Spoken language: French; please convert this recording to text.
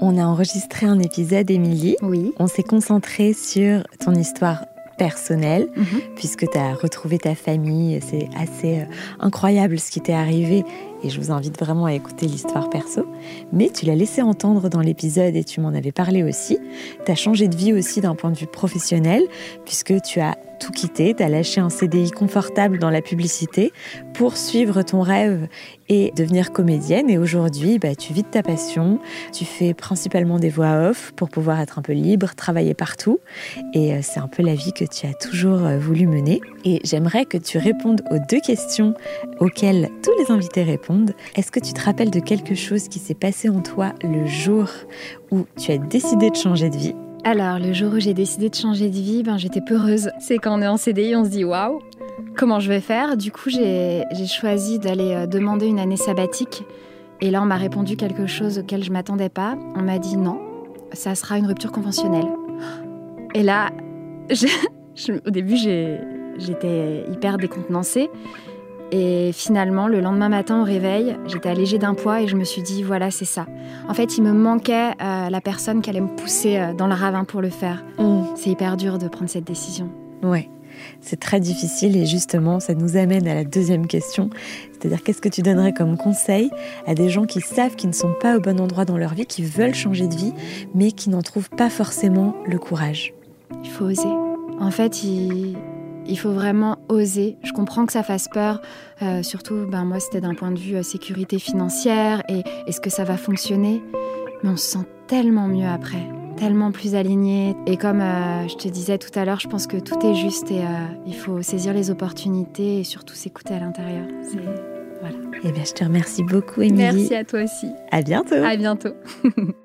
On a enregistré un épisode, Émilie. Oui. On s'est concentré sur ton histoire personnelle, puisque tu as retrouvé ta famille. C'est assez incroyable ce qui t'est arrivé et je vous invite vraiment à écouter l'histoire perso. Mais tu l'as laissé entendre dans l'épisode et tu m'en avais parlé aussi. Tu as changé de vie aussi d'un point de vue professionnel, puisque tu as tout quitté, tu as lâché un CDI confortable dans la publicité pour suivre ton rêve et devenir comédienne. Et aujourd'hui, tu vis de ta passion, tu fais principalement des voix off pour pouvoir être un peu libre, travailler partout. Et c'est un peu la vie que tu as toujours voulu mener. Et j'aimerais que tu répondes aux 2 questions auxquelles tous les invités répondent. Est-ce que tu te rappelles de quelque chose qui s'est passé en toi le jour où tu as décidé de changer de vie ? Alors, le jour où j'ai décidé de changer de vie, j'étais peureuse. C'est quand on est en CDI, on se dit « Waouh, comment je vais faire ?» Du coup, j'ai choisi d'aller demander une année sabbatique. Et là, on m'a répondu quelque chose auquel je ne m'attendais pas. On m'a dit « Non, ça sera une rupture conventionnelle. » Et là, au début, j'étais hyper décontenancée. Et finalement, le lendemain matin au réveil, j'étais allégée d'un poids et je me suis dit, voilà, c'est ça. En fait, il me manquait la personne qui allait me pousser dans le ravin pour le faire. C'est hyper dur de prendre cette décision. Ouais, c'est très difficile et justement, ça nous amène à la 2e question. C'est-à-dire, qu'est-ce que tu donnerais comme conseil à des gens qui savent qu'ils ne sont pas au bon endroit dans leur vie, qui veulent changer de vie, mais qui n'en trouvent pas forcément le courage ? Il faut oser. En fait, il faut vraiment oser. Je comprends que ça fasse peur. Surtout, moi, c'était d'un point de vue sécurité financière et est-ce que ça va fonctionner ? Mais on se sent tellement mieux après, tellement plus aligné. Et comme je te disais tout à l'heure, je pense que tout est juste et il faut saisir les opportunités et surtout s'écouter à l'intérieur. Voilà. Eh bien, je te remercie beaucoup, Émilie. Merci à toi aussi. À bientôt. À bientôt.